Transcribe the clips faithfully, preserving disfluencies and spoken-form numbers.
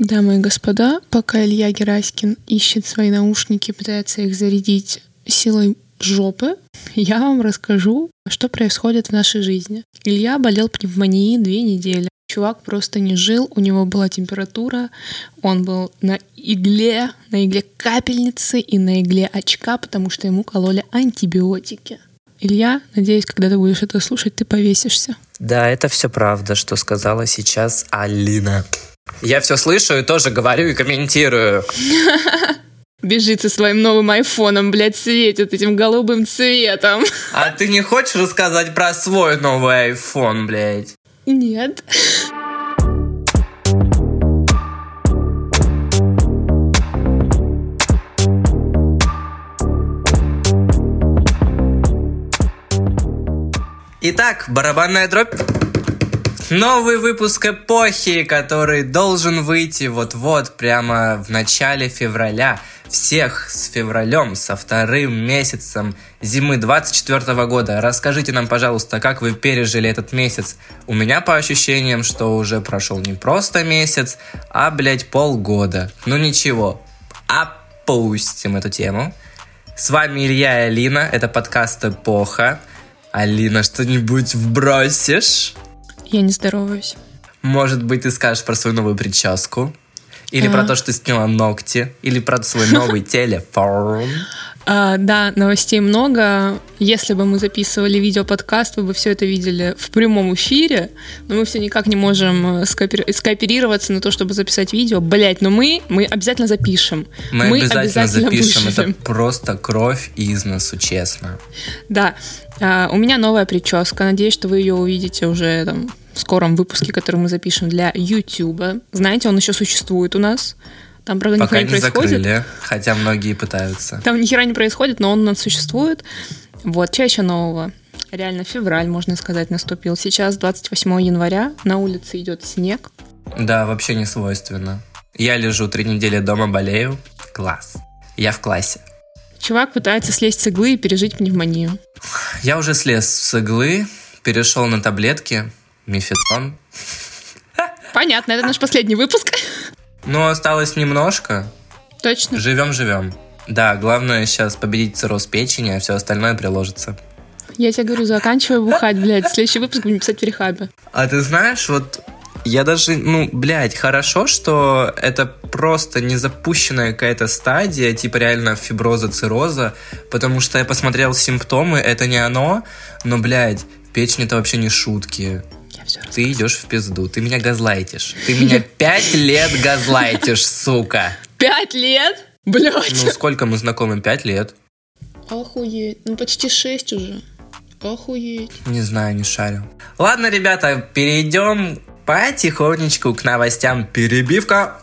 Дамы и господа, пока Илья Гераськин ищет свои наушники, пытается их зарядить силой жопы, я вам расскажу, что происходит в нашей жизни. Илья болел пневмонией две недели. Чувак просто не жил, у него была температура, он был на игле, на игле капельницы и на игле очка, потому что ему кололи антибиотики. Илья, надеюсь, когда ты будешь это слушать, ты повесишься. Да, это все правда, что сказала сейчас Алина. Я все слышу и тоже говорю и комментирую. Бежит со своим новым айфоном, блядь, светит этим голубым цветом. А ты не хочешь рассказать про свой новый айфон, блядь? Нет. Итак, барабанная дробь. Новый выпуск «Эпохи», который должен выйти вот-вот, прямо в начале февраля. Всех с февралем, со вторым месяцем зимы двадцать четвёртого года. Расскажите нам, пожалуйста, как вы пережили этот месяц. У меня по ощущениям, что уже прошел не просто месяц, а, блядь, полгода. Ну ничего, опустим эту тему. С вами Илья и Алина, это подкаст «Эпоха». Алина, что-нибудь вбросишь? Я не здороваюсь. Может быть, ты скажешь про свою новую прическу? Или а. про то, что ты сняла ногти? Или про свой новый телефон? А, да, новостей много. Если бы мы записывали видеоподкаст, вы бы все это видели в прямом эфире. Но мы все никак не можем скоопери- скооперироваться на то, чтобы записать видео. Блять, но мы, мы обязательно запишем. Мы, мы обязательно, обязательно запишем. Вышлем. Это просто кровь из носу, честно. Да. А, у меня новая прическа. Надеюсь, что вы ее увидите уже там в скором выпуске, который мы запишем для YouTube. Знаете, он еще существует у нас. Там, правда, пока нихера не, не происходит. Закрыли, хотя многие пытаются. Там ни хера не происходит, но он у нас существует. Вот, что еще нового? Реально, февраль, можно сказать, наступил. Сейчас двадцать восьмого января, на улице идет снег. Да, вообще не свойственно. Я лежу три недели дома, болею. Класс. Я в классе. Чувак пытается слезть с иглы и пережить пневмонию. Я уже слез с иглы, перешел на таблетки. Мефедрон. Понятно, это наш последний выпуск. Ну, осталось немножко. Точно. Живем-живем. Да, главное сейчас победить цирроз печени, а все остальное приложится. Я тебе говорю, заканчивай бухать, блядь. Следующий выпуск будем писать в рехабе. А ты знаешь, вот я даже, ну, блядь, хорошо, что это просто незапущенная какая-то стадия, типа реально фиброза, цирроза, потому что я посмотрел симптомы, это не оно, но, блядь, печень это вообще не шутки. Ты идешь в пизду, ты меня газлайтишь. Ты меня пять лет газлайтишь, сука. Пять лет? Блядь. Ну, сколько мы знакомы? Пять лет. Охуеть. Ну, почти шесть уже. Охуеть. Не знаю, не шарю. Ладно, ребята, перейдем потихонечку к новостям. Перебивка.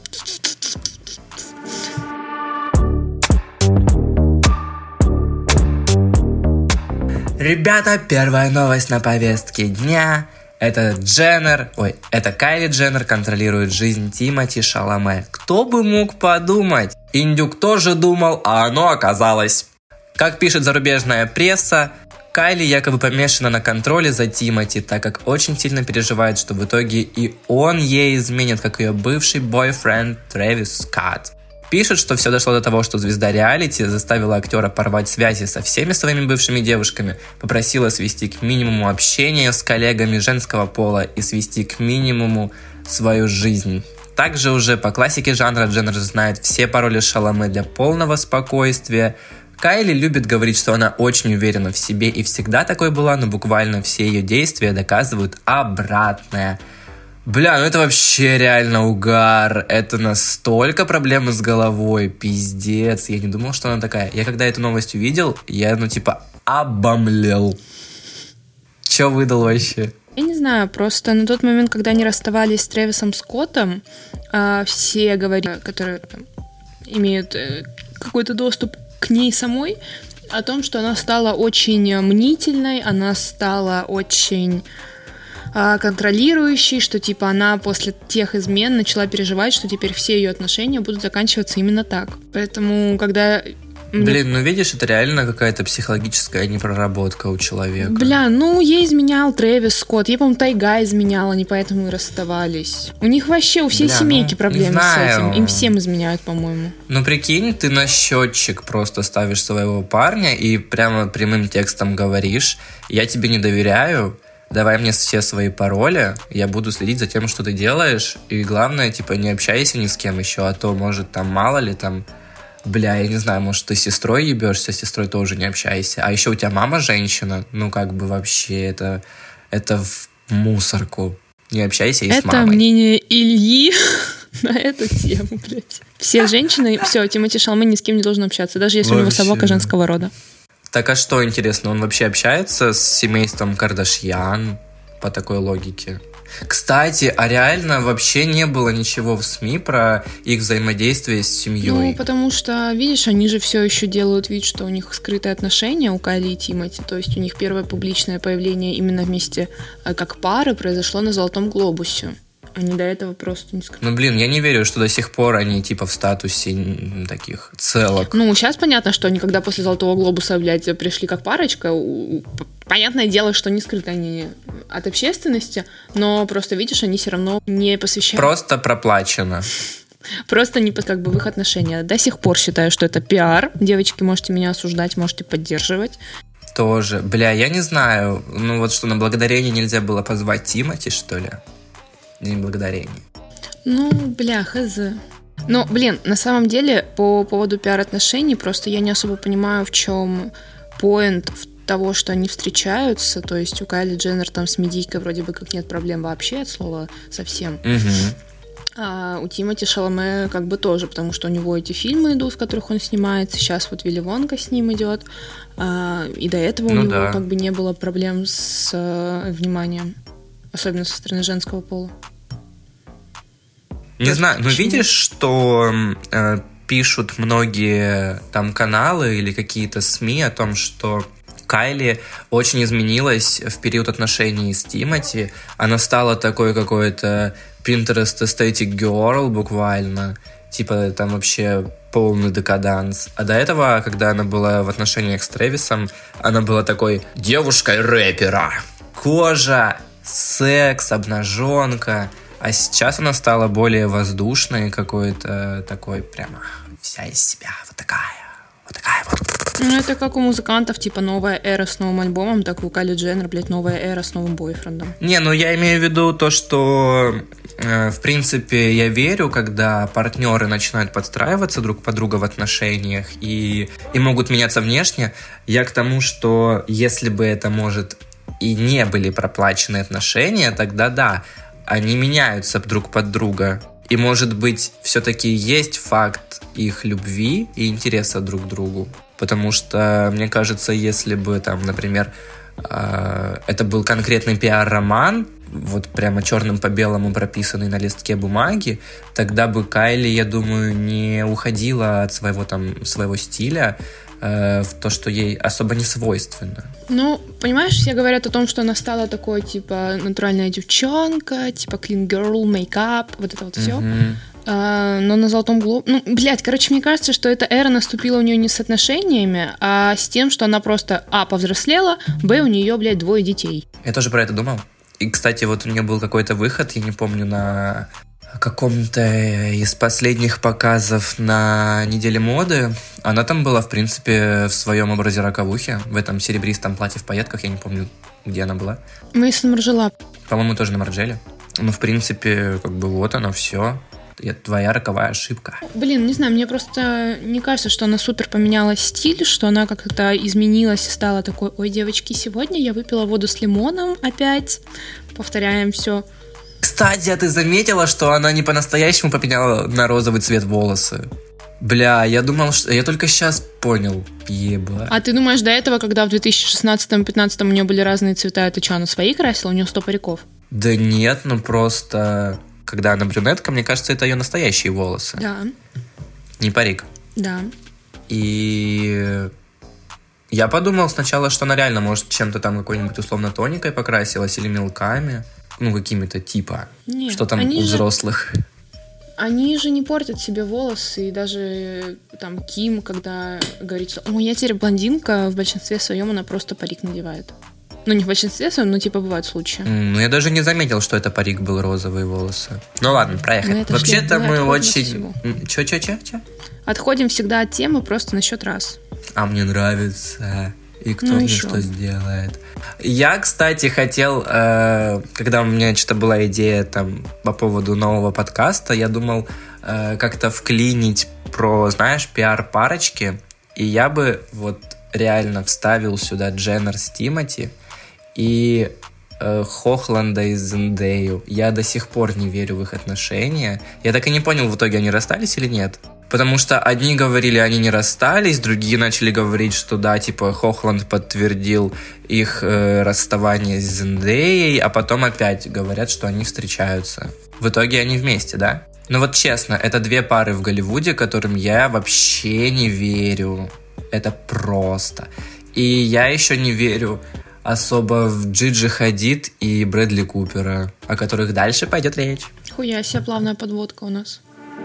Ребята, первая новость на повестке дня. Это Дженнер, ой, это Кайли Дженнер контролирует жизнь Тимоти Шаламе. Кто бы мог подумать? Индюк тоже думал, а оно оказалось. Как пишет зарубежная пресса, Кайли якобы помешана на контроле за Тимоти, так как очень сильно переживает, что в итоге и он ей изменит, как ее бывший бойфренд Трэвис Скотт. Пишут, что все дошло до того, что звезда реалити заставила актера порвать связи со всеми своими бывшими девушками, попросила свести к минимуму общение с коллегами женского пола и свести к минимуму свою жизнь. Также уже по классике жанра Дженнер знает все пароли Шаламе для полного спокойствия. Кайли любит говорить, что она очень уверена в себе и всегда такой была, но буквально все ее действия доказывают обратное. Бля, ну это вообще реально угар. Это настолько проблемы с головой. Пиздец. Я не думал, что она такая. Я когда эту новость увидел, я, ну, типа, обомлел. Чё выдал вообще? Я не знаю, просто на тот момент, когда они расставались с Трэвисом Скоттом, все говорили, которые там, имеют какой-то доступ к ней самой, о том, что она стала очень мнительной, она стала очень контролирующей, что типа она после тех измен начала переживать, что теперь все ее отношения будут заканчиваться именно так. Поэтому, когда Мне... Блин, ну видишь, это реально какая-то психологическая непроработка у человека. Бля, ну ей изменял Трэвис Скотт, ей, по-моему, Тайга изменяла, они поэтому и расставались. У них вообще у всей Бля, семейки ну, проблемы с этим. Им всем изменяют, по-моему. Ну прикинь, ты на счетчик просто ставишь своего парня и прямо прямым текстом говоришь: я тебе не доверяю, давай мне все свои пароли, я буду следить за тем, что ты делаешь, и главное, типа, не общайся ни с кем еще, а то, может, там, мало ли, там, бля, я не знаю, может, ты с сестрой ебешься, с сестрой тоже не общайся, а еще у тебя мама женщина, ну, как бы, вообще, это, это в мусорку, не общайся и это с мамой. Это мнение Ильи на эту тему, блядь. Все женщины, все, Тимоти Шаламе ни с кем не должен общаться, даже если вообще. У него собака женского рода. Так а что, интересно, он вообще общается с семейством Кардашьян по такой логике? Кстати, а реально вообще не было ничего в СМИ про их взаимодействие с семьей? Ну, потому что, видишь, они же все еще делают вид, что у них скрытые отношения у Кайли и Тимоти. То есть у них первое публичное появление именно вместе как пары произошло на Золотом глобусе. Они до этого просто не скрыли. Ну, блин, я не верю, что до сих пор они, типа, в статусе таких целок. Ну, сейчас понятно, что они, когда после Золотого глобуса, блядь, пришли как парочка, понятное дело, что не скрыты они от общественности, но просто, видишь, они все равно не посвящают. Просто проплачено. Просто не как бы в их отношения. До сих пор считаю, что это пиар. Девочки, можете меня осуждать, можете поддерживать. Тоже. Бля, я не знаю. Ну, вот что, на благодарение нельзя было позвать Тимоти, что ли? День благодарения. Ну, бля, хз. Но, блин, на самом деле, по поводу пиар-отношений, просто я не особо понимаю, в чем поинт того, что они встречаются. То есть у Кайли Дженнер там с медийкой вроде бы как нет проблем вообще, от слова совсем. Угу. А у Тимоти Шаламе как бы тоже, потому что у него эти фильмы идут, в которых он снимается. Сейчас вот Вилли Вонка с ним идет. А, и до этого ну у него да. как бы не было проблем с а, вниманием. Особенно со стороны женского пола. Не То знаю, но видишь, что э, пишут многие там каналы или какие-то СМИ о том, что Кайли очень изменилась в период отношений с Тимоти. Она стала такой какой-то Pinterest aesthetic girl буквально. Типа там вообще полный декаданс. А до этого, когда она была в отношениях с Трэвисом, она была такой девушкой рэпера. Кожа, секс, обнаженка. А сейчас она стала более воздушной, какой-то такой прямо вся из себя. Вот такая, вот такая вот. Ну, это как у музыкантов, типа новая эра с новым альбомом, так и у Кайли Дженнер, блядь, новая эра с новым бойфрендом. Не, ну я имею в виду то, что э, в принципе я верю, когда партнеры начинают подстраиваться друг под друга в отношениях и, и могут меняться внешне. Я к тому, что если бы это, может, и не были проплаченные отношения, тогда да, они меняются друг под друга. И, может быть, все-таки есть факт их любви и интереса друг к другу. Потому что, мне кажется, если бы, там, например, э, это был конкретный пиар-роман, вот прямо черным по белому прописанный на листке бумаги, тогда бы Кайли, я думаю, не уходила от своего, там, своего стиля, в то, что ей особо не свойственно. Ну, понимаешь, все говорят о том, что она стала такой, типа, натуральная девчонка, типа, clean girl, мейкап, вот это вот все. Uh-huh. А, но на Золотом глобусе... Ну, блядь, короче, мне кажется, что эта эра наступила у нее не с отношениями, а с тем, что она просто, а, повзрослела, б, у нее, блядь, двое детей. Я тоже про это думал. И, кстати, вот у нее был какой-то выход, я не помню, на каком-то из последних показов на неделе моды. Она там была, в принципе, в своем образе роковухи, в этом серебристом платье в пайетках, я не помню, где она была. Мейсон Маржела. По-моему, тоже на Марджеле. Ну, в принципе, как бы вот оно все. Это твоя роковая ошибка. Блин, не знаю, мне просто не кажется, что она супер поменяла стиль, что она как-то изменилась и стала такой: ой, девочки, сегодня я выпила воду с лимоном опять. Повторяем все. Кстати, а ты заметила, что она не по-настоящему поменяла на розовый цвет волосы? Бля, я думал, что... Я только сейчас понял. Еба. А ты думаешь, до этого, когда в две тысячи шестнадцатом-пятнадцатом у нее были разные цвета, это что, она свои красила? У нее сто париков? Да нет, ну просто... Когда она брюнетка, мне кажется, это ее настоящие волосы. Да. Не парик. Да. И... Я подумал сначала, что она реально, может, чем-то там какой-нибудь условно тоникой покрасилась или мелками. Ну, какими-то типа. Нет, что там у взрослых. Же... Они же не портят себе волосы, и даже там Ким, когда говорит, что «Ой, я теперь блондинка», в большинстве своем она просто парик надевает. Ну, не в большинстве своем, но типа бывают случаи. Ну, я даже не заметил, что это парик был розовые волосы. Ну ладно, проехали. Вообще-то мы, мы очень... Чё-чё-чё? Отходим всегда от темы просто на счет раз. А мне нравится... И кто ну, мне еще. Что сделает. Я, кстати, хотел, э, когда у меня что-то была идея там по поводу нового подкаста, я думал э, как-то вклинить про, знаешь, пиар-парочки, и я бы вот реально вставил сюда Дженнер с Тимати и э, Хохланда и Зендею. Я до сих пор не верю в их отношения. Я так и не понял, в итоге они расстались или нет. Потому что одни говорили, они не расстались, другие начали говорить, что да, типа Хохланд подтвердил их э, расставание с Зендеей, а потом опять говорят, что они встречаются. В итоге они вместе, да? Но вот честно, это две пары в Голливуде, которым я вообще не верю. Это просто. И я еще не верю особо в Джиджи Хадид и Брэдли Купера, о которых дальше пойдет речь. Хуя себе, плавная подводка у нас.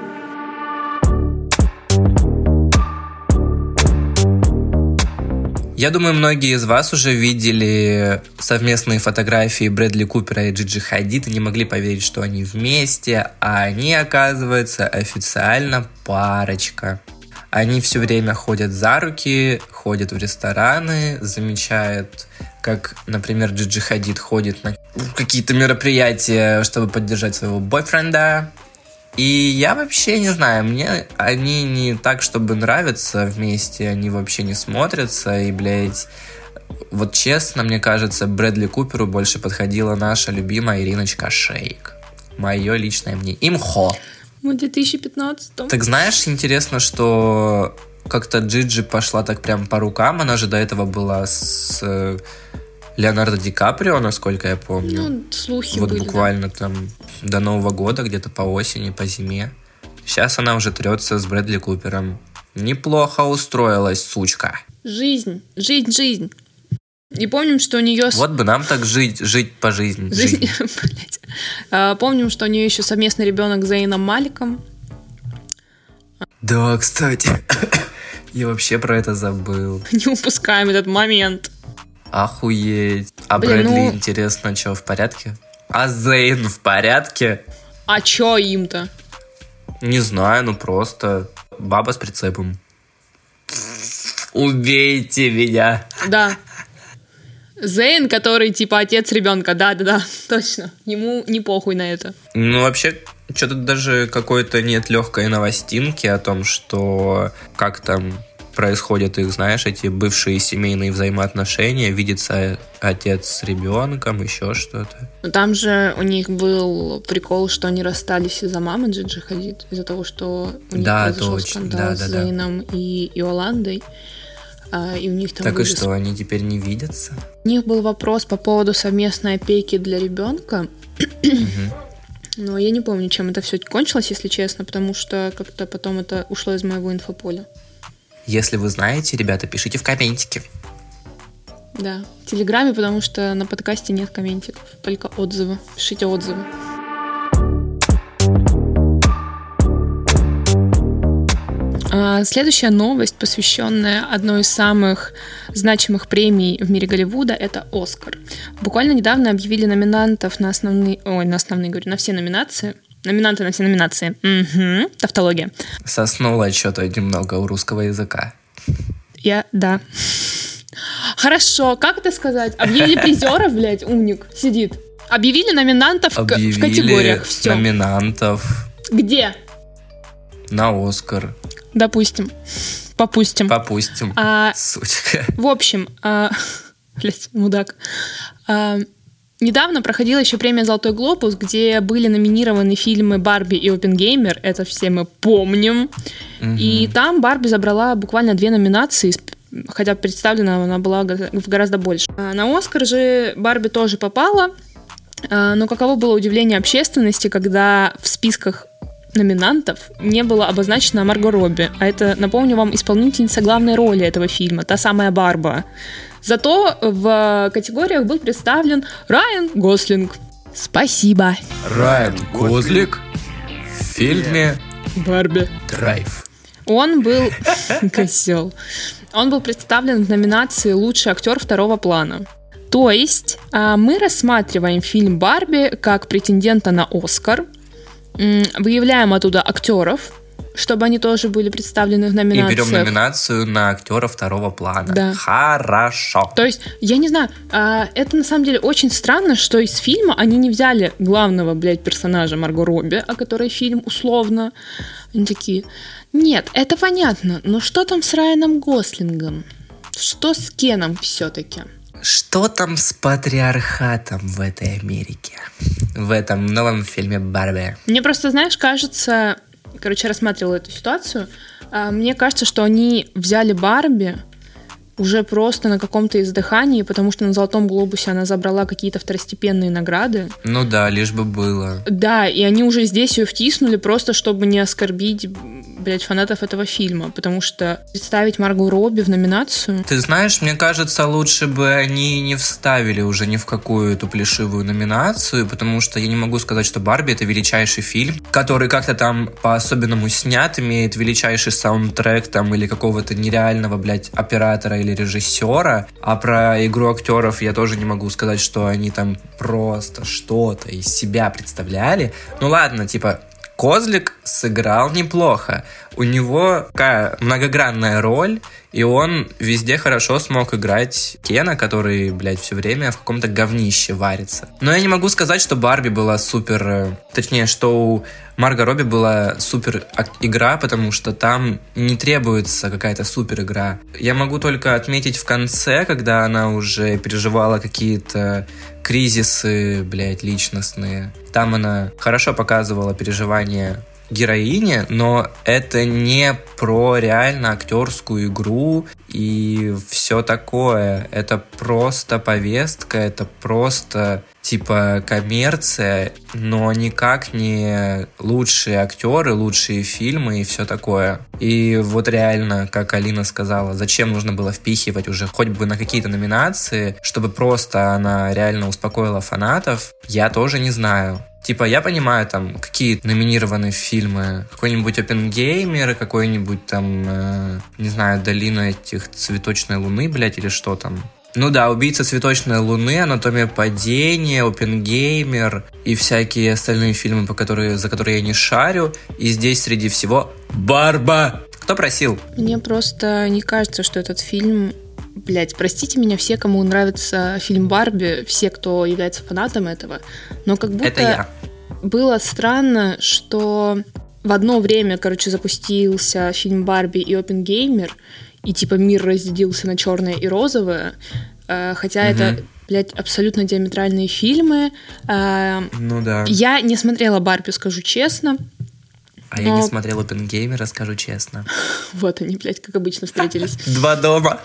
Я думаю, многие из вас уже видели совместные фотографии Брэдли Купера и Джиджи Хадид и не могли поверить, что они вместе, а они, оказывается, официально парочка. Они все время ходят за руки, ходят в рестораны, замечают, как, например, Джиджи Хадид ходит на какие-то мероприятия, чтобы поддержать своего бойфренда. И я вообще не знаю, мне они не так, чтобы нравятся вместе, они вообще не смотрятся, и, блядь, вот честно, мне кажется, Брэдли Куперу больше подходила наша любимая Ириночка Шейк. Мое личное мнение. Имхо. Мы в две тысячи пятнадцатом. Так знаешь, интересно, что как-то Джиджи пошла так прям по рукам, она же до этого была с... Леонардо Ди Каприо, насколько я помню. Ну, слухи вот были, буквально да. там до Нового года, где-то по осени, по зиме. Сейчас она уже трется с Брэдли Купером. Неплохо устроилась, сучка. Жизнь, жизнь, жизнь. И помним, что у нее... Вот бы нам так жить, жить по жизни. Жизнь, блядь. А, помним, что у нее еще совместный ребенок с Зейном Маликом. Да, кстати. Я вообще про это забыл. Не упускаем этот момент. Охуеть. А Блин, Брэдли, ну... интересно, что, в порядке? А Зейн в порядке? А чё им-то? Не знаю, ну просто баба с прицепом. Убейте меня. Да. Зейн, который типа отец ребенка. Да-да-да, точно. Ему не похуй на это. Ну, вообще, что-то даже какой-то нет легкой новостинки о том, что как там... происходят их, знаешь, эти бывшие семейные взаимоотношения, видится отец с ребенком, еще что-то. Там же у них был прикол, что они расстались из-за мамы Джиджи Хадид, из-за того, что у них да, произошел точно. скандал да, с да, Зейном да. и Иоландой. А, и у них там так были... и что, они теперь не видятся? У них был вопрос по поводу совместной опеки для ребенка. Но я не помню, чем это все кончилось, если честно, потому что как-то потом это ушло из моего инфополя. Если вы знаете, ребята, пишите в комментики. Да, в Телеграме, потому что на подкасте нет комментиков, только отзывы. Пишите отзывы. А следующая новость, посвященная одной из самых значимых премий в мире Голливуда, это «Оскар». Буквально недавно объявили номинантов на основные... Ой, на основные, говорю, на все номинации. Номинанты на все номинации. Угу. Тавтология. Соснуло что-то немного у русского языка. Я, да. Хорошо, как это сказать? Объявили призеров, блядь, умник сидит. Объявили номинантов Объявили в категориях. Все. Номинантов. Где? На «Оскар». Допустим. Попустим. Попустим. А, Сучка. В общем, а, блядь, мудак. А, Недавно проходила еще премия «Золотой глобус», где были номинированы фильмы «Барби» и «Оппенгеймер». Это все мы помним. Угу. И там Барби забрала буквально две номинации, хотя представлена она была в гораздо больше. На «Оскар» же Барби тоже попала, но каково было удивление общественности, когда в списках номинантов не было обозначено Марго Робби. А это, напомню вам, исполнительница главной роли этого фильма, та самая Барба. Зато в категориях был представлен Райан Гослинг. Спасибо. Райан Гослинг? в фильме Барби. «Драйв». Он был... Козел. Он был представлен в номинации «Лучший актер второго плана». То есть мы рассматриваем фильм «Барби» как претендента на «Оскар», выявляем оттуда актеров, чтобы они тоже были представлены в номинациях. И берем номинацию на актера второго плана. Да. Хорошо. То есть, я не знаю, это на самом деле очень странно, что из фильма они не взяли главного, блядь, персонажа Марго Робби, о которой фильм условно. Они такие, нет, это понятно, но что там с Райаном Гослингом? Что с Кеном все-таки? Что там с патриархатом в этой Америке? В этом новом фильме «Барби». Мне просто, знаешь, кажется... Короче, я рассматривала эту ситуацию. Мне кажется, что они взяли Барби уже просто на каком-то издыхании, потому что на «Золотом глобусе» она забрала какие-то второстепенные награды. Ну да, лишь бы было. Да, и они уже здесь ее втиснули просто, чтобы не оскорбить, блядь, фанатов этого фильма, потому что представить Марго Робби в номинацию... Ты знаешь, мне кажется, лучше бы они не вставили уже ни в какую эту плешивую номинацию, потому что я не могу сказать, что «Барби» — это величайший фильм, который как-то там по-особенному снят, имеет величайший саундтрек там или какого-то нереального, блядь, оператора или режиссера, а про игру актеров я тоже не могу сказать, что они там просто что-то из себя представляли. Ну ладно, типа, Козлик сыграл неплохо. У него такая многогранная роль, и он везде хорошо смог играть Кена, который, блядь, все время в каком-то говнище варится. Но я не могу сказать, что Барби была супер... Точнее, что у Марго Робби была супер игра, потому что там не требуется какая-то супер игра. Я могу только отметить в конце, когда она уже переживала какие-то кризисы, блядь, личностные. Там она хорошо показывала переживания героини, но это не про реально актерскую игру и все такое. Это просто повестка, это просто типа коммерция, но никак не лучшие актеры, лучшие фильмы и все такое. И вот реально, как Алина сказала, зачем нужно было впихивать уже хоть бы на какие-то номинации, чтобы просто она реально успокоила фанатов, я тоже не знаю. Типа, я понимаю, там, какие номинированы фильмы. Какой-нибудь «Оппенгеймер», какой-нибудь там, э, не знаю, «Долина этих цветочной луны», блядь, или что там. Ну да, «Убийца цветочной луны», «Анатомия падения», «Оппенгеймер» и всякие остальные фильмы, по которые, за которые я не шарю. И здесь среди всего «Барба». Кто просил? Мне просто не кажется, что этот фильм... Блять, простите меня все, кому нравится фильм «Барби», все, кто является фанатом этого, но как будто Это я. Было странно, что в одно время, короче, запустился фильм «Барби» и «Оппенгеймер», и типа мир разделился на черное и розовое, хотя угу. это, блядь, абсолютно диаметральные фильмы. Ну да. Я не смотрела «Барби», скажу честно. А но... я не смотрела «Оппенгеймера», скажу честно. Вот они, блядь, как обычно встретились. Два дома.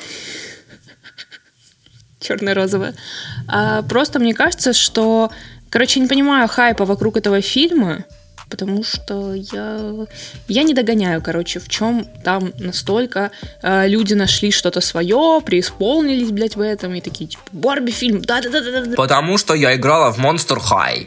Черно-розовое. А, просто мне кажется, что... Короче, я не понимаю хайпа вокруг этого фильма, потому что я... Я не догоняю, короче, в чем там настолько а, люди нашли что-то свое, преисполнились, блядь, в этом, и такие, типа, «Барби фильм, да-да-да-да-да». Потому что я играла в Monster High.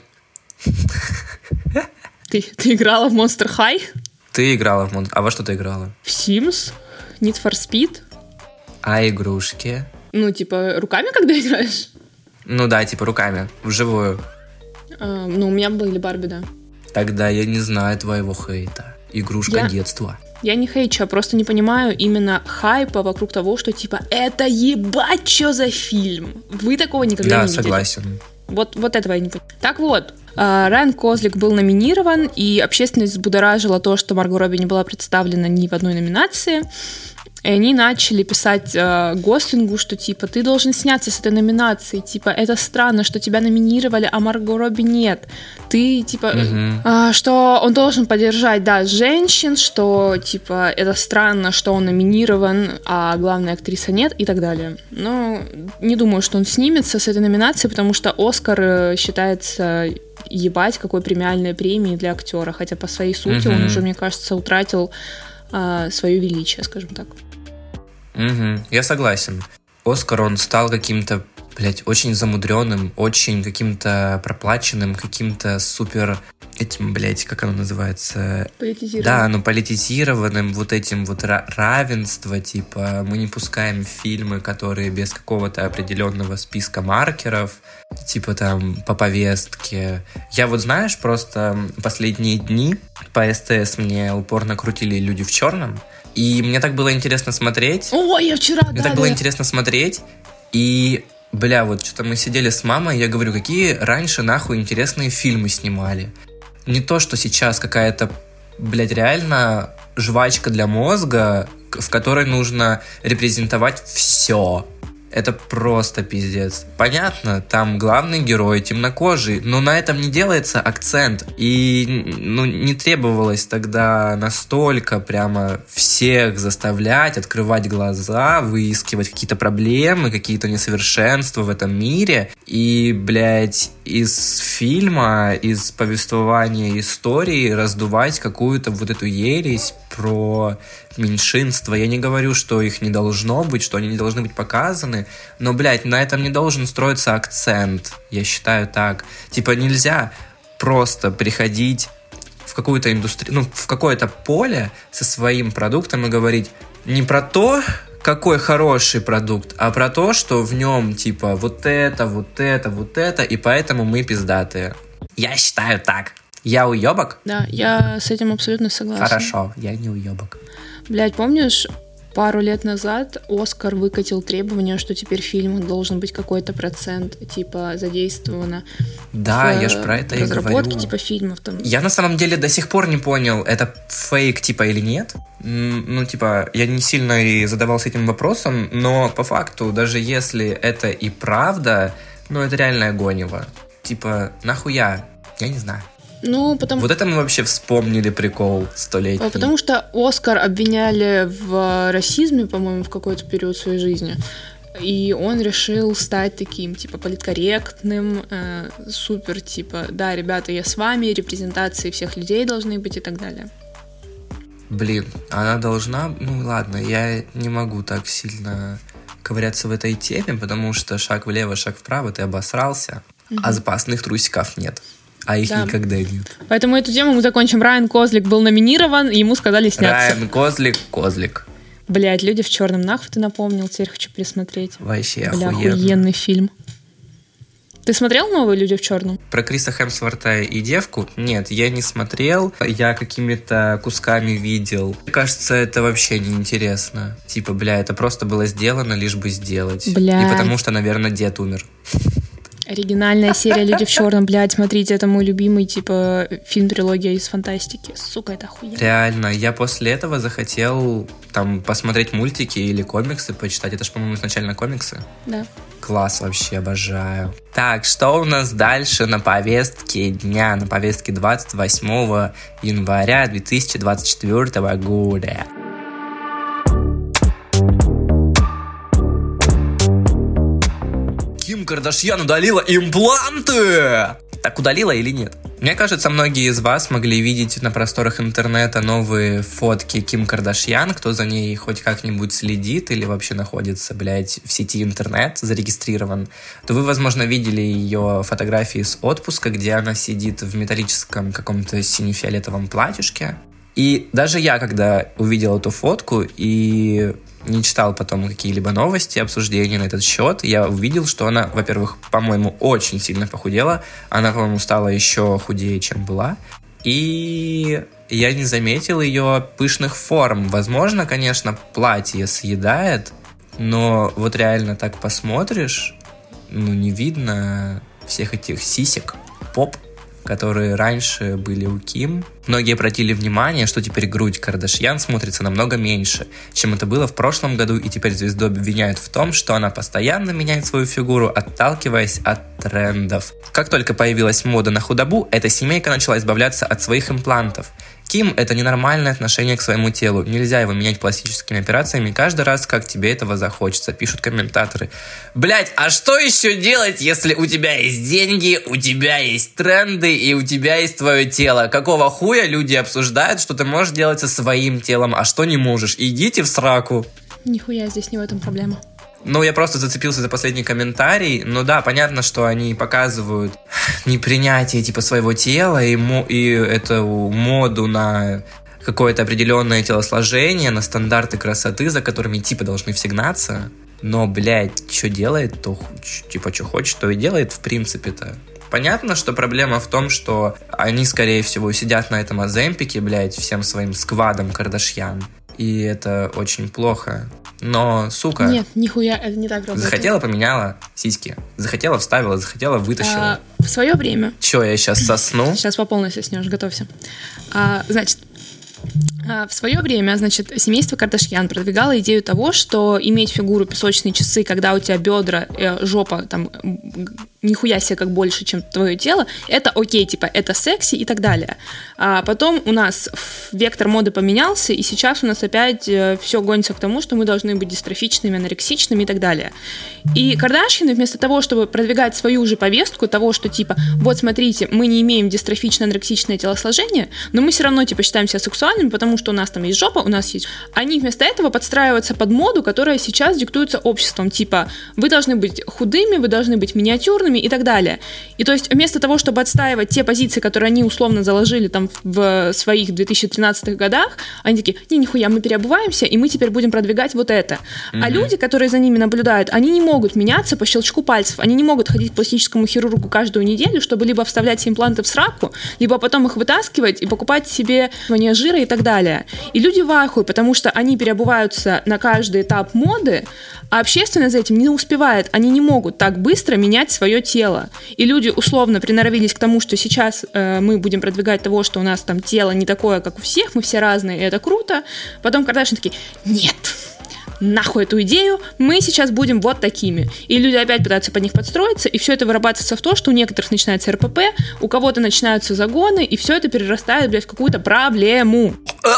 Ты, ты играла в Monster High? Ты играла в Monster... А во что ты играла? В Sims, Need for Speed. А игрушки? Ну, типа, руками когда играешь? Ну да, типа руками, вживую. А, ну, у меня были Барби, да. Тогда я не знаю твоего хейта. Игрушка я... детства. Я не хейчу, я просто не понимаю именно хайпа вокруг того, что типа, это ебать, что за фильм? Вы такого никогда да, не видели. Да, согласен. Вот, вот этого я не понимаю. Так вот, Райан Гослинг был номинирован, и общественность взбудоражила то, что Марго Робби не была представлена ни в одной номинации. И они начали писать э, Гослингу, что типа ты должен сняться с этой номинацией, типа это странно, что тебя номинировали, а Марго Робби нет. Ты типа, mm-hmm. э, что он должен поддержать, да, женщин, что типа это странно, что он номинирован, а главная актриса нет и так далее. Но не думаю, что он снимется с этой номинацией, потому что Оскар считается ебать какой премиальной премией для актера, хотя по своей сути mm-hmm. он уже, мне кажется, утратил э, свое величие, скажем так. Угу, я согласен. Оскар, он стал каким-то блядь, очень замудренным, очень каким-то проплаченным, каким-то супер этим, блядь, как оно называется? Политизированным. Да, ну политизированным, вот этим вот равенство, типа, мы не пускаем фильмы, которые без какого-то определенного списка маркеров, типа там по повестке. Я вот, знаешь, просто последние дни по СТС мне упорно крутили «Люди в черном», и мне так было интересно смотреть. О, я вчера, Мне да, так было да. интересно смотреть, и... Бля, вот что-то мы сидели с мамой, я говорю, какие раньше нахуй интересные фильмы снимали. Не то, что сейчас какая-то, блядь, реально жвачка для мозга, в которой нужно репрезентовать все. Это просто пиздец. Понятно, там главный герой темнокожий, но на этом не делается акцент. И ну, не требовалось тогда настолько прямо всех заставлять открывать глаза, выискивать какие-то проблемы, какие-то несовершенства в этом мире. И, блядь, из фильма, из повествования истории раздувать какую-то вот эту ересь про меньшинства. Я не говорю, что их не должно быть, что они не должны быть показаны, но, блядь, на этом не должен строиться акцент. Я считаю так. Типа нельзя просто приходить в какую-то индустрию, ну, в какое-то поле со своим продуктом и говорить не про то, какой хороший продукт, а про то, что в нем, типа, вот это, вот это, вот это, и поэтому мы пиздатые. Я считаю так. Я уебок? Да, я с этим абсолютно согласна. Хорошо, я не уебок. Блядь, помнишь, пару лет назад Оскар выкатил требование, что теперь в фильмах должен быть какой-то процент, типа, задействовано Да, в я ж про это и говорю. разработке, типа, фильмов там. Я на самом деле до сих пор не понял, это фейк, типа, или нет. Ну, типа, я не сильно и задавался этим вопросом, но по факту, даже если это и правда, ну, это реальное гонево. Типа, нахуя? Я не знаю. Ну, потому... Вот это мы вообще вспомнили прикол столетний. Потому что Оскар обвиняли в расизме, по-моему, в какой-то период своей жизни. И он решил стать таким, типа, политкорректным, э, супер, типа, да, ребята, я с вами, репрезентации всех людей должны быть и так далее. Блин, она должна... Ну, ладно, я не могу так сильно ковыряться в этой теме, потому что шаг влево, шаг вправо, ты обосрался, угу. а запасных трусиков нет. А их да. никогда нет. Поэтому эту тему мы закончим. Райан Козлик был номинирован, ему сказали сняться. Райан Козлик, Козлик. Блять, «Люди в черном», нахуй ты напомнил, теперь хочу пересмотреть. Вообще Бля, охуенно. охуенный фильм. Ты смотрел новые «Люди в черном»? Про Криса Хемсворта и девку? Нет, я не смотрел. Я какими-то кусками видел. Мне кажется, это вообще неинтересно. Типа, бля, это просто было сделано, лишь бы сделать. Блядь. И потому что, наверное, дед умер. Оригинальная серия «Люди в черном», блядь, смотрите, это мой любимый, типа, фильм-трилогия из фантастики. Сука, это охуенно. Реально, я после этого захотел там посмотреть мультики или комиксы, почитать. Это ж, по-моему, изначально комиксы. Да. Класс, вообще обожаю. Так, что у нас дальше на повестке дня? На повестке двадцать восьмого января две тысячи двадцать четвёртого года. Ким Кардашьян удалила импланты! Так удалила или нет? Мне кажется, многие из вас могли видеть на просторах интернета новые фотки Ким Кардашьян, кто за ней хоть как-нибудь следит или вообще находится, блядь, в сети интернет, зарегистрирован, то вы, возможно, видели ее фотографии с отпуска, где она сидит в металлическом каком-то сине-фиолетовом платьюшке. И даже я, когда увидел эту фотку и не читал потом какие-либо новости, обсуждения на этот счет, я увидел, что она, во-первых, по-моему, очень сильно похудела. Она, по-моему, стала еще худее, чем была. И я не заметил ее пышных форм. Возможно, конечно, платье съедает, но вот реально так посмотришь, ну, не видно всех этих сисек, поп, которые раньше были у Ким. Многие обратили внимание, что теперь грудь Кардашьян смотрится намного меньше, чем это было в прошлом году, и теперь звезду обвиняют в том, что она постоянно меняет свою фигуру, отталкиваясь от трендов. Как только появилась мода на худобу, эта семейка начала избавляться от своих имплантов. Ким – это ненормальное отношение к своему телу. Нельзя его менять пластическими операциями каждый раз, как тебе этого захочется, пишут комментаторы. Блять, а что еще делать, если у тебя есть деньги, у тебя есть тренды и у тебя есть твое тело? Какого хуя люди обсуждают, что ты можешь делать со своим телом, а что не можешь? Идите в сраку. Нихуя, здесь не в этом проблема. Ну, я просто зацепился за последний комментарий. Ну да, понятно, что они показывают непринятие типа своего тела и, мо- и эту моду на какое-то определенное телосложение, на стандарты красоты, за которыми типа должны все гнаться. Но, блядь, что делает, то типа что хочет, то и делает в принципе-то. Понятно, что проблема в том, что они, скорее всего, сидят на этом Оземпике, блядь, всем своим сквадом Кардашьян. И это очень плохо. Но, сука... Нет, нихуя, это не так работает. Захотела, поменяла сиськи. Захотела, вставила, захотела, вытащила. А, в свое время... Че, я сейчас сосну? Сейчас по полной соснешь, готовься. А, значит, а, в свое время, значит, семейство Кардашьян продвигало идею того, что иметь фигуру песочные часы, когда у тебя бедра, э, жопа, там, нихуя себе как больше, чем твое тело, это окей, типа, это секси и так далее. А потом у нас вектор моды поменялся, и сейчас у нас опять э, все гонится к тому, что мы должны быть дистрофичными, анорексичными и так далее. И Кардашьяны вместо того, чтобы продвигать свою же повестку того, что, типа, вот смотрите, мы не имеем дистрофично-анорексичное телосложение, но мы все равно, типа, считаем себя сексуальными, потому что у нас там есть жопа, у нас есть... Они вместо этого подстраиваются под моду, которая сейчас диктуется обществом, типа, вы должны быть худыми, вы должны быть миниатюрными и так далее. И то есть вместо того, чтобы отстаивать те позиции, которые они условно заложили там в своих две тысячи тринадцатых годах, они такие, не, нихуя, мы переобуваемся, и мы теперь будем продвигать вот это. Mm-hmm. А люди, которые за ними наблюдают, они не могут меняться по щелчку пальцев, они не могут ходить к пластическому хирургу каждую неделю, чтобы либо вставлять себе импланты в сраку, либо потом их вытаскивать и покупать себе вне жира и так далее. И люди в ахуе, потому что они переобуваются на каждый этап моды, а общественность за этим не успевает. Они не могут так быстро менять свое тело. И люди условно приноровились к тому, что сейчас э, мы будем продвигать того, что у нас там тело не такое, как у всех, мы все разные, и это круто. Потом Кардашьяны такие, нет, нахуй эту идею, мы сейчас будем вот такими. И люди опять пытаются под них подстроиться, и все это вырабатывается в то, что у некоторых начинается эр пэ пэ, у кого-то начинаются загоны, и все это перерастает, блядь, в какую-то проблему.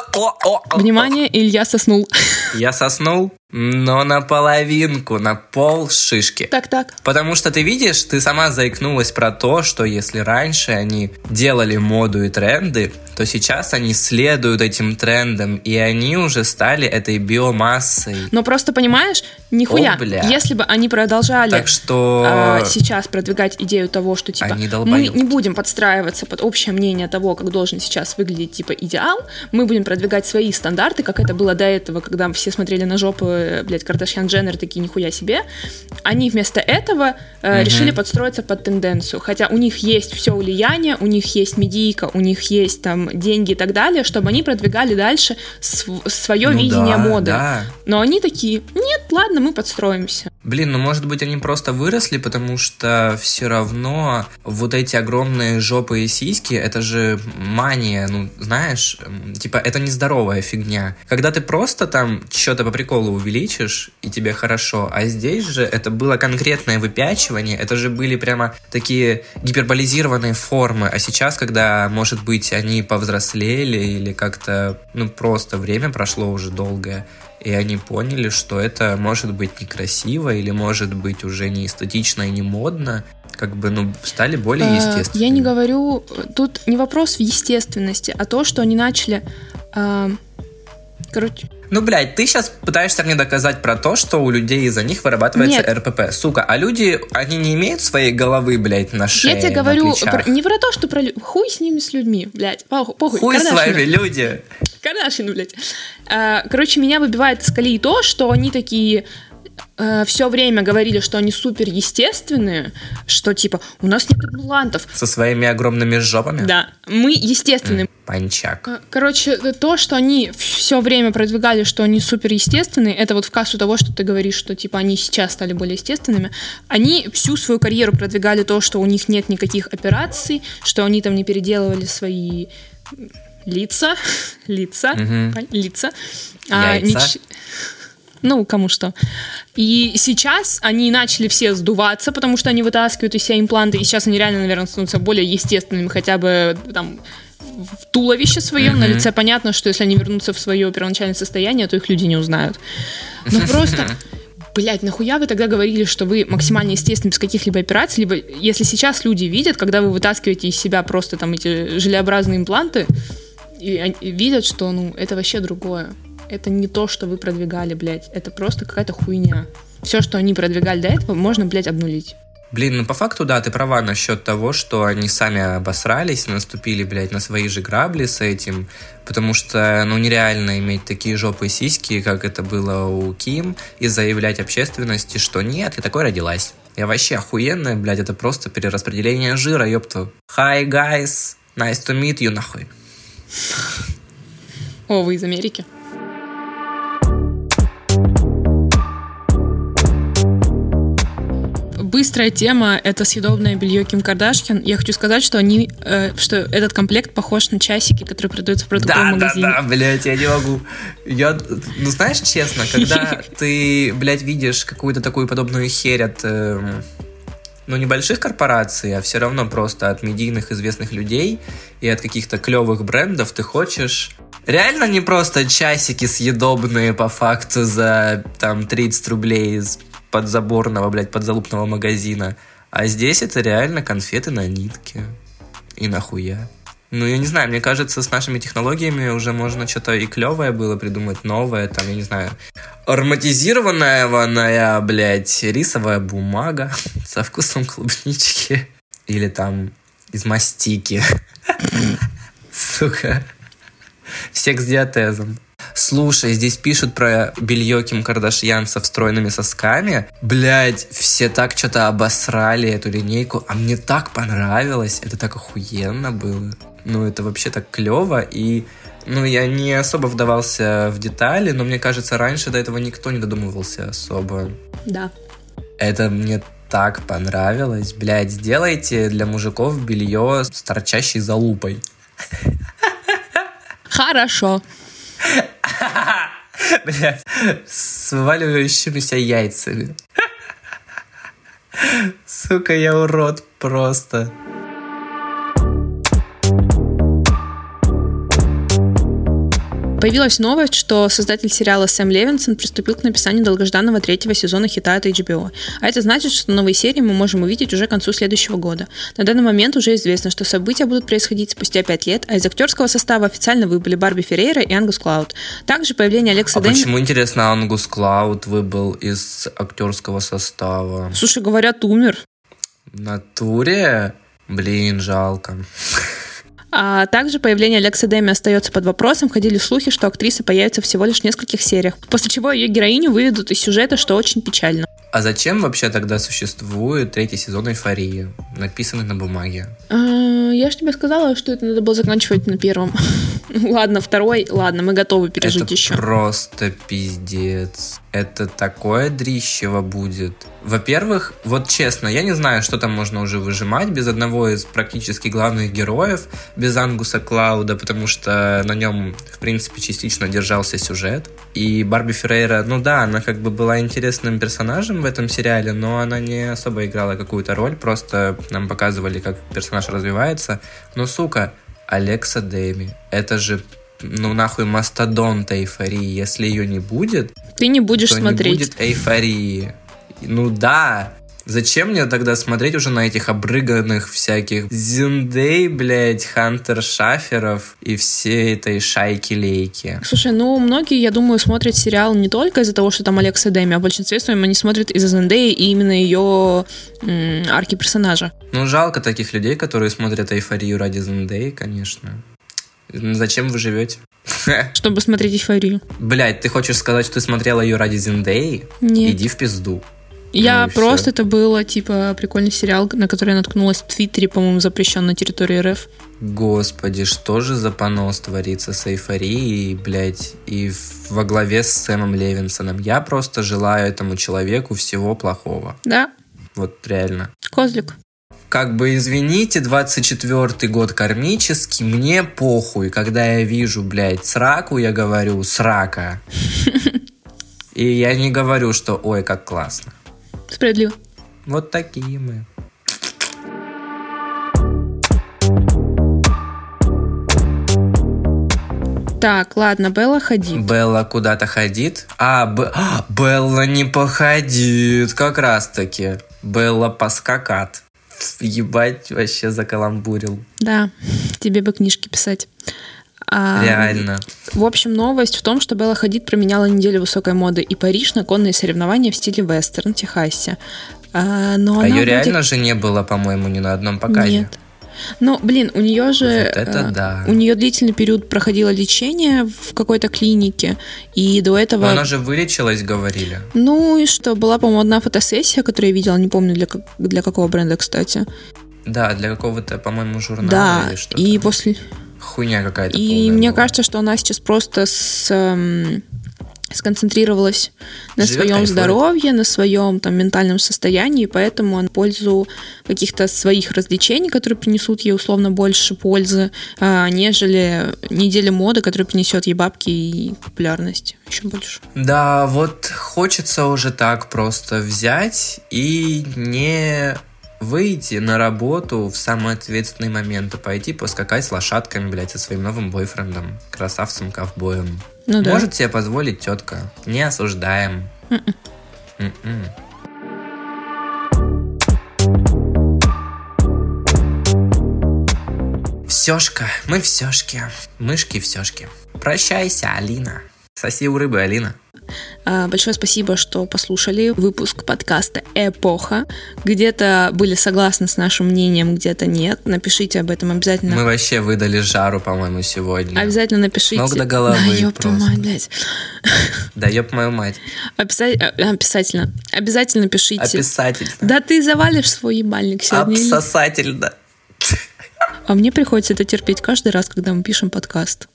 Внимание, Илья соснул. Я соснул, но наполовинку, на пол шишки. Так-так. Потому что ты видишь, ты сама заикнулась про то, что если раньше они делали моду и тренды, то сейчас они следуют этим трендам, и они уже стали этой биомассой. Но просто понимаешь, нихуя, О, бля. Если бы они продолжали так что... а, сейчас продвигать идею того, что типа мы не будем подстраиваться под общее мнение того, как должен сейчас выглядеть типа идеал, мы будем продвигать свои стандарты, как это было до этого, когда все смотрели на жопы, блядь, Кардашьян-Дженнер, такие нихуя себе. Они вместо этого э, угу. решили подстроиться под тенденцию, хотя у них есть все влияние, у них есть медийка, у них есть там деньги и так далее, чтобы они продвигали дальше св- свое ну видение да, моды. Да. Но они такие, нет, ладно, мы подстроимся. Блин, ну может быть они просто выросли, потому что все равно вот эти огромные жопы и сиськи, это же мания, ну знаешь, типа это нездоровая фигня. Когда ты просто там что-то по приколу увеличишь, и тебе хорошо, а здесь же это было конкретное выпячивание, это же были прямо такие гиперболизированные формы, а сейчас, когда, может быть, они повзрослели или как-то, ну просто время прошло уже долгое, и они поняли, что это может быть некрасиво или может быть уже не эстетично и не модно, как бы, ну, стали более естественными. Я не говорю, тут не вопрос в естественности, а то, что они начали... Э, короче... Ну, блядь, ты сейчас пытаешься мне доказать про то, что у людей из-за них вырабатывается Нет. эр пэ пэ. Сука, а люди, они не имеют своей головы, блядь, на шее, Я тебе говорю про, не про то, что про... Хуй с ними, с людьми, блядь, похуй. Хуй Кардашьяны. С вами, люди. Кардашьяны, блядь. Короче, меня выбивает из колеи то, что они такие... все время говорили, что они супер естественные, что типа у нас нет имплантов. Со своими огромными жопами? Да, мы естественные. Mm, панчак. Короче, то, что они все время продвигали, что они супер естественные, это вот в кассу того, что ты говоришь, что типа они сейчас стали более естественными. Они всю свою карьеру продвигали то, что у них нет никаких операций, что они там не переделывали свои лица, лица, mm-hmm. лица. А, нич... Ну, кому что. И сейчас они начали все сдуваться, потому что они вытаскивают из себя импланты, и сейчас они реально, наверное, становятся более естественными, хотя бы там в туловище своем, mm-hmm. на лице понятно, что если они вернутся в свое первоначальное состояние, то их люди не узнают. Но просто... Блять, нахуя вы тогда говорили, что вы максимально естественны без каких-либо операций, либо если сейчас люди видят, когда вы вытаскиваете из себя просто там эти желеобразные импланты, и они видят, что, ну, это вообще другое. Это не то, что вы продвигали, блядь. Это просто какая-то хуйня. Все, что они продвигали до этого, можно, блядь, обнулить. Блин, ну по факту, да, ты права насчет того, что они сами обосрались, наступили, блядь, на свои же грабли с этим, потому что, ну, нереально иметь такие жопы и сиськи, как это было у Ким, и заявлять общественности, что нет, я такой родилась. Я вообще охуенная, блядь, это просто перераспределение жира, ёпту. Hi, guys, nice to meet you, нахуй. О, вы из Америки? Быстрая тема — это съедобное белье Ким Кардашьян. Я хочу сказать, что они, э, что этот комплект похож на часики, которые продаются в продуктовом да, магазине. Да, да, блядь, я не могу. Я, ну, знаешь, честно, когда ты, блядь, видишь какую-то такую подобную херь от, э, ну, небольших корпораций, а все равно просто от медийных известных людей и от каких-то клевых брендов, ты хочешь... Реально не просто часики съедобные по факту за, там, тридцать рублей из подзаборного, блядь, подзалупного магазина. А здесь это реально конфеты на нитке. И нахуя. Ну, я не знаю, мне кажется, с нашими технологиями уже можно что-то и клевое было придумать, новое, там, я не знаю, ароматизированная, блядь, рисовая бумага со вкусом клубнички. Или там из мастики. Сука. Всех с диатезом. Слушай, здесь пишут про белье Ким Кардашьян со встроенными сосками. Блядь, все так что-то обосрали эту линейку, а мне так понравилось. Это так охуенно было. Ну, это вообще так клево. И, ну, я не особо вдавался в детали, но мне кажется, раньше до этого никто не додумывался особо. Да. Это мне так понравилось. Блядь, сделайте для мужиков белье с торчащей залупой. Хорошо. Блядь, с вываливающимися яйцами. Сука, я урод просто. Появилась новость, что создатель сериала Сэм Левинсон приступил к написанию долгожданного третьего сезона хита от эйч би о. А это значит, что новые серии мы можем увидеть уже к концу следующего года. На данный момент уже известно, что события будут происходить спустя пять лет, а из актерского состава официально выбыли Барби Феррейра и Ангус Клауд. Также появление Алекса а Дэми... почему, интересно, Ангус Клауд выбыл из актерского состава? Слушай, говорят, умер. В натуре? Блин, жалко. А также появление Алекса Дэми остается под вопросом. Ходили слухи, что актриса появится всего лишь в нескольких сериях, после чего ее героиню выведут из сюжета, что очень печально. А зачем вообще тогда существует третий сезон «Эйфории», написанный на бумаге? А, я же тебе сказала, что это надо было заканчивать на первом. Ладно, второй, ладно, мы готовы пережить это еще. Это просто пиздец. Это такое дрищево будет. Во-первых, вот честно, я не знаю, что там можно уже выжимать без одного из практически главных героев, без Ангуса Клауда, потому что на нем, в принципе, частично держался сюжет. И Барби Феррейра, ну да, она как бы была интересным персонажем в этом сериале, но она не особо играла какую-то роль, просто нам показывали, как персонаж развивается. Но, сука, Алекса Дэми, это же, ну нахуй, мастодонт эйфории. Если ее не будет, ты не будешь то смотреть. Не будет эйфории. Ну да. Зачем мне тогда смотреть уже на этих обрыганных всяких Зендей, блядь, Хантер Шаферов и все этой шайки-лейки? Слушай, ну многие, я думаю, смотрят сериал не только из-за того, что там Алекса Дэми, а в большинстве своем они смотрят из-за Зендеи и именно ее м- арки персонажа. Ну жалко таких людей, которые смотрят эйфорию ради Зендеи, конечно. Зачем вы живете? Чтобы смотреть эйфорию. Блядь, ты хочешь сказать, что ты смотрела ее ради Зендеи? Нет. Иди в пизду. Я ну просто, все. Это было, типа, прикольный сериал, на который я наткнулась в Твиттере, по-моему, запрещен на территории эр эф. Господи, что же за понос творится с эйфорией, блядь, и во главе с Сэмом Левинсоном. Я просто желаю этому человеку всего плохого. Да. Вот реально. Козлик. Как бы, извините, двадцать четвёртый год кармический, мне похуй. Когда я вижу, блядь, сраку, я говорю «срака». И я не говорю, что «ой, как классно». Справедливо. Вот такие мы. Так, ладно, Белла ходит. Белла куда-то ходит? А, Б... а, Белла не походит, как раз таки. Белла поскакат. Ебать, вообще закаламбурил. Да, тебе бы книжки писать. А, Реально. В общем, новость в том, что Белла Хадид променяла неделю высокой моды и Париж на конные соревнования в стиле вестерн в Техасе. А, но а ее будет... реально же не было, по-моему, ни на одном показе. Нет. Ну, блин, у нее же... Вот это да. У нее длительный период проходило лечение в какой-то клинике, и до этого... Но она же вылечилась, говорили. Ну и что, была, по-моему, одна фотосессия, которую я видела, не помню для, для какого бренда, кстати. Да, для какого-то, по-моему, журнала да, или что-то. И после... Хуйня какая-то. И мне была. кажется, что она сейчас просто с... эм, сконцентрировалась на Живет, своем кайфует. здоровье, на своем там ментальном состоянии, и поэтому она в пользу каких-то своих развлечений, которые принесут ей условно больше пользы, а, нежели неделя моды, которая принесет ей бабки и популярность еще больше. Да, вот хочется уже так просто взять и не выйти на работу в самый ответственный момент, а пойти поскакать с лошадками, блядь, со своим новым бойфрендом, красавцем-ковбоем. Ну да. Может себе позволить тетка. Не осуждаем. Mm-mm. Mm-mm. Всешка, мы всешки. Мышки всешки. Прощайся, Алина. Соси у рыбы, Алина. Большое спасибо, что послушали выпуск подкаста «Эпоха». Где-то были согласны с нашим мнением, где-то нет. Напишите об этом обязательно. Мы вообще выдали жару, по-моему, сегодня. Обязательно напишите. Ног до головы. Да, ёб твою мать, блядь. Да ёб мою мать. Описать... Обязательно. Обязательно пишите. Описательно. Да ты завалишь свой ебальник сегодня. Обсосательно. А мне приходится это терпеть каждый раз, когда мы пишем подкаст.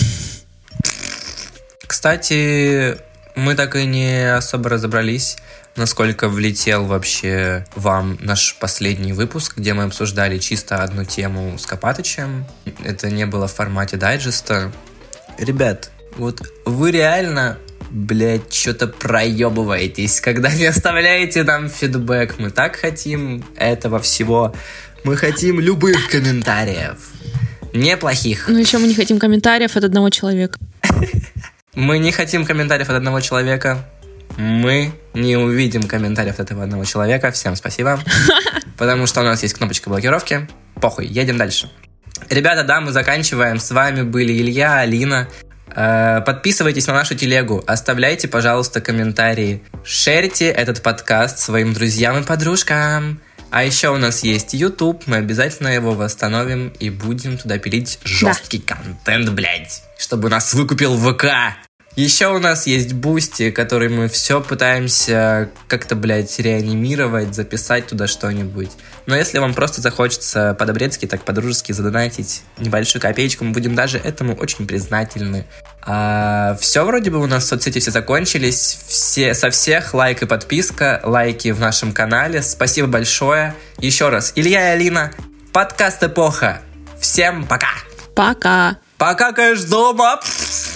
Кстати, мы так и не особо разобрались, насколько влетел вообще вам наш последний выпуск, где мы обсуждали чисто одну тему с Копатычем. Это не было в формате дайджеста. Ребят, вот вы реально, блядь, что-то проебываетесь, когда не оставляете нам фидбэк. Мы так хотим этого всего. Мы хотим любых комментариев. Неплохих. Ну еще мы не хотим комментариев от одного человека. Мы не хотим комментариев от одного человека. Мы не увидим комментариев от этого одного человека. Всем спасибо. Потому что у нас есть кнопочка блокировки. Похуй, едем дальше. Ребята, да, мы заканчиваем. С вами были Илья, Алина. Подписывайтесь на нашу телегу. Оставляйте, пожалуйста, комментарии. Шерьте этот подкаст своим друзьям и подружкам. А еще у нас есть YouTube, мы обязательно его восстановим и будем туда пилить жесткий да. контент, блядь, чтобы нас выкупил ВК. Еще у нас есть Boosty, который мы все пытаемся как-то, блядь, реанимировать, записать туда что-нибудь. Но если вам просто захочется по-добрецки, так по-дружески задонатить небольшую копеечку, мы будем даже этому очень признательны. А, все вроде бы у нас соцсети все закончились. Все, со всех лайк и подписка, лайки в нашем канале. Спасибо большое. Еще раз, Илья и Алина, подкаст «Эпоха». Всем пока. Пока. Пока, конечно, дома.